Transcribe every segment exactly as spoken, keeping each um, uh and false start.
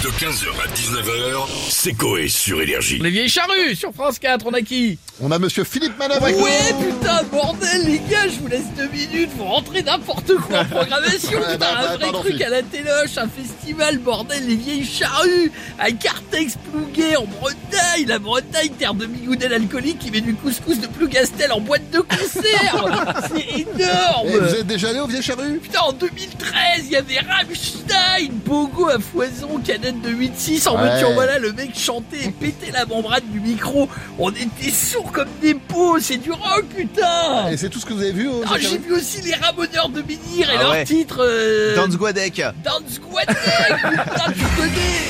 De quinze heures à dix-neuf heures, c'est Coé sur Énergie. Les vieilles charrues sur France quatre, on a qui? On a monsieur Philippe Manœuvre avec nous. Ouais, putain, bordel, les gars, je vous laisse deux minutes, vous rentrez n'importe quoi en programmation. Ouais, Putain, bah, bah, un vrai pardon, truc Philippe. à la téloche, un festival, bordel, les vieilles charrues, à Cartex Plouguet en Bretagne, la Bretagne, terre de migoudel alcoolique qui met du couscous de Plougastel en boîte de concert. C'est énorme. Et vous êtes déjà allé au Vieille Charrue? Putain, en deux mille treize, il y avait Rammstein, Bogo à foison, canette de huit six, en Ouais. voiture, voilà, le mec chantait et pétait la membrane du micro. On était sourds comme des pots, c'est du rock, putain. Et c'est tout ce que vous avez vu au Ah, Vieille j'ai Charrue? vu aussi les Ramoneurs de Menhir et Ah leur ouais. titre... Euh... Dans Guadec. Dance Guadec, putain, tu connais.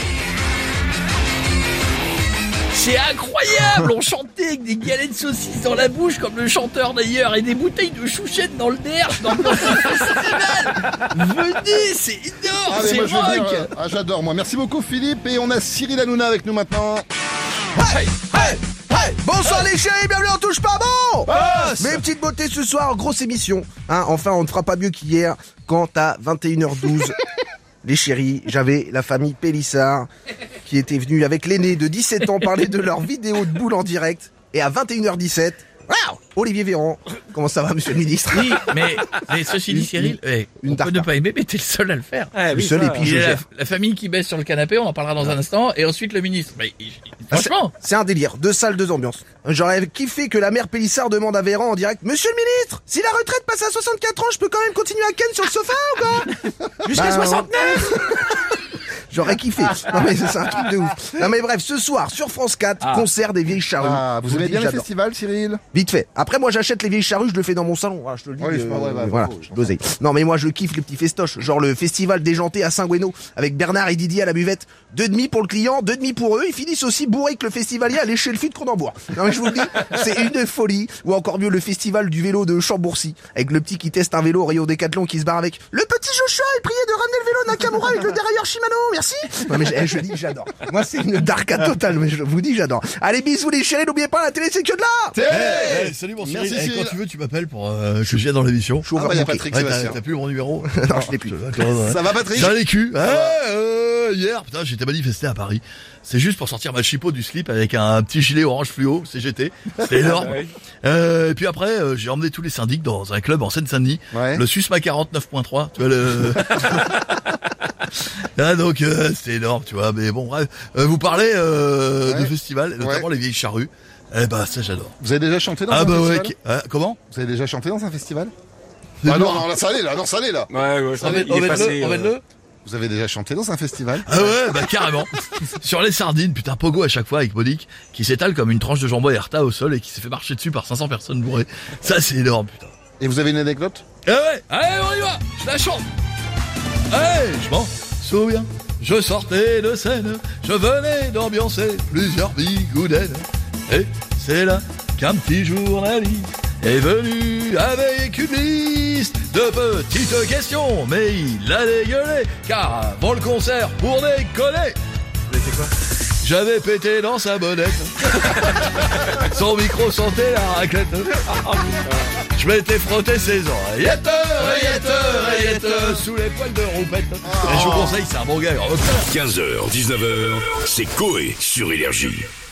C'est incroyable, on chantait avec des galettes de saucisses dans la bouche, comme le chanteur d'ailleurs, et des bouteilles de chouchette dans le derche, dans le festival. Venez, c'est énorme, Ah, mais c'est moi, je veux rock. venir, euh, ah, j'adore moi. Merci beaucoup Philippe. Et on a Cyril Hanouna avec nous maintenant. Hey, hey, hey. Bonsoir les chéris, bienvenue en touche pas bon. Mes petites beautés ce soir, grosse émission. Hein, enfin, on ne fera pas mieux qu'hier, quand à vingt et une heures douze, les chéris, j'avais la famille Pélissard qui était venue avec l'aîné de dix-sept ans parler de leur vidéo de boule en direct. Et à vingt et une heures dix-sept, wow, Olivier Véran. Comment ça va, monsieur le ministre? Oui, mais, mais ceci dit, Cyril, eh, une on peut tartare. ne pas aimer, mais t'es le seul à le faire. Le seul, et puis Il je y a la, gère. la famille qui baisse sur le canapé, on en parlera dans un instant, et ensuite le ministre. Mais, il- il- franchement, C'est un délire, deux salles, deux ambiances. J'aurais kiffé que la mère Pélissard demande à Véran en direct: Monsieur le ministre, si la retraite passe à soixante-quatre ans, je peux quand même continuer à ken sur le sofa ou quoi? Jusqu'à Bah, soixante-neuf. J'aurais kiffé. Non mais c'est un truc de ouf. Non mais bref, ce soir sur France quatre, Ah. concert des vieilles charrues. Ah, vous Je aimez dis, bien les j'adore. festivals, Cyril? Vite fait. Après moi j'achète les vieilles charrues, je le fais dans mon salon. Voilà, je te le dis. Oui, c'est pas vrai, bah, voilà, faut- je l'oseille. Non mais moi je kiffe les petits festoches, genre le festival déjanté à Saint-Guéno avec Bernard et Didier à la buvette. Deux demi pour le client, deux demi pour eux. Ils finissent aussi bourrés que le festivalier à lécher le fût de Cronenbourg. Non mais je vous le dis, c'est une folie. Ou encore mieux le festival du vélo de Chambourcy avec le petit qui teste un vélo au rayon Décathlon qui se barre avec: le petit Joshua est prié de ramener le vélo Nakamura avec le dérailleur Shimano, merci. Non mais je, je dis j'adore. Moi c'est une darka totale, mais je vous dis j'adore. Allez bisous les chéris, n'oubliez pas la télé c'est que de là. Hey, hey, salut mon Cyril. Merci, Eh, Cyril. quand tu veux, tu m'appelles pour euh, que je vienne dans l'émission. Je suis Ah, bah, y a overbooké. Patrick Ouais, t'as, Sébastien. t'as plus mon numéro? Non, je l'ai plus. Ça va, Patrick? J'ai un écu. Ouais, euh, hier, putain, j'étais manifesté à Paris. C'est juste pour sortir ma chipot du slip avec un petit gilet orange fluo, C G T. C'était énorme. Euh, et puis après, euh, j'ai emmené tous les syndics dans un club en Seine-Saint-Denis. Ouais. Le Susma quarante-neuf point trois. Tu vois le... Ah, donc, euh, c'était énorme, tu vois. Mais bon, bref. Euh, vous parlez, euh, Ouais. de festival, notamment Ouais. les vieilles charrues. Eh ben, ça, j'adore. Vous avez déjà chanté dans Ah un bah ouais, festival? qui- ah, comment? Vous avez déjà chanté dans un festival? C'est Ah non, dur. non, là, ça allait, là, non, ça allait, là. Ouais, ouais, ça, Emmène- il est passé. Emmène-le, euh, emmène-le. Vous avez déjà chanté dans un festival? Ah ouais, bah carrément. Sur les sardines, putain, Pogo à chaque fois avec Monique, qui s'étale comme une tranche de jambon Herta au sol et qui s'est fait marcher dessus par cinq cents personnes bourrées. Ça, c'est énorme, putain. Et vous avez une anecdote? Ah ouais, allez, on y va, je la chante. Allez, je m'en souviens, je sortais de scène, je venais d'ambiancer plusieurs bigoudaines. Et c'est là qu'un petit journaliste est venu avec une liste de petites questions, mais il a dégueulé, car avant le concert, pour décoller, j'avais pété dans sa bonnette. Son micro sentait la raclette. Je m'étais frotté ses oreillettes, oreillettes, oreillettes, sous les poils de roupette. Et je vous conseille, c'est un bon gars. quinze heures, dix-neuf heures, c'est Coé sur Énergie.